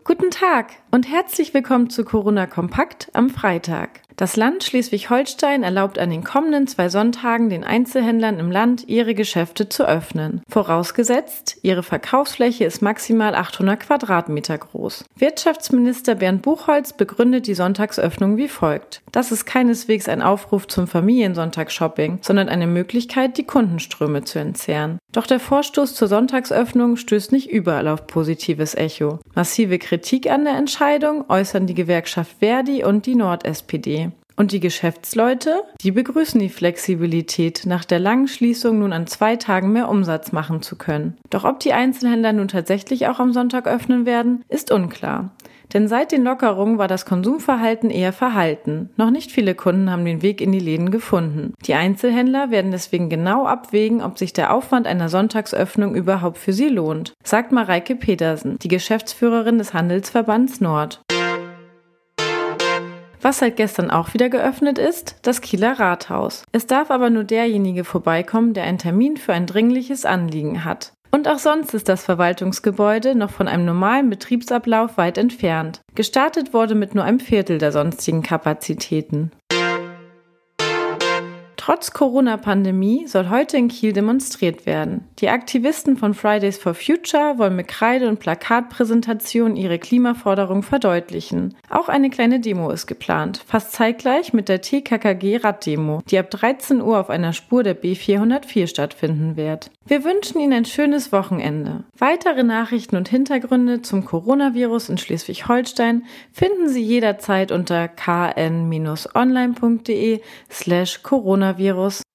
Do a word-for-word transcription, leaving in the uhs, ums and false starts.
Guten Tag und herzlich willkommen zu Corona Kompakt am Freitag. Das Land Schleswig-Holstein erlaubt an den kommenden zwei Sonntagen den Einzelhändlern im Land, ihre Geschäfte zu öffnen. Vorausgesetzt, ihre Verkaufsfläche ist maximal achthundert Quadratmeter groß. Wirtschaftsminister Bernd Buchholz begründet die Sonntagsöffnung wie folgt. Das ist keineswegs ein Aufruf zum Familiensonntagsshopping, sondern eine Möglichkeit, die Kundenströme zu entzerren. Doch der Vorstoß zur Sonntagsöffnung stößt nicht überall auf positives Echo. Massive Kritik an der Entscheidung äußern die Gewerkschaft Verdi und die Nord-S P D. Und die Geschäftsleute? Die begrüßen die Flexibilität, nach der langen Schließung nun an zwei Tagen mehr Umsatz machen zu können. Doch ob die Einzelhändler nun tatsächlich auch am Sonntag öffnen werden, ist unklar. Denn seit den Lockerungen war das Konsumverhalten eher verhalten. Noch nicht viele Kunden haben den Weg in die Läden gefunden. Die Einzelhändler werden deswegen genau abwägen, ob sich der Aufwand einer Sonntagsöffnung überhaupt für sie lohnt, sagt Mareike Petersen, die Geschäftsführerin des Handelsverbands Nord. Was seit gestern auch wieder geöffnet ist, das Kieler Rathaus. Es darf aber nur derjenige vorbeikommen, der einen Termin für ein dringliches Anliegen hat. Und auch sonst ist das Verwaltungsgebäude noch von einem normalen Betriebsablauf weit entfernt. Gestartet wurde mit nur einem Viertel der sonstigen Kapazitäten. Trotz Corona-Pandemie soll heute in Kiel demonstriert werden. Die Aktivisten von Fridays for Future wollen mit Kreide- und Plakatpräsentationen ihre Klimaforderung verdeutlichen. Auch eine kleine Demo ist geplant, fast zeitgleich mit der T K K G-Raddemo, die ab dreizehn Uhr auf einer Spur der B vierhundertvier stattfinden wird. Wir wünschen Ihnen ein schönes Wochenende. Weitere Nachrichten und Hintergründe zum Coronavirus in Schleswig-Holstein finden Sie jederzeit unter k n Bindestrich online punkt de slash Coronavirus.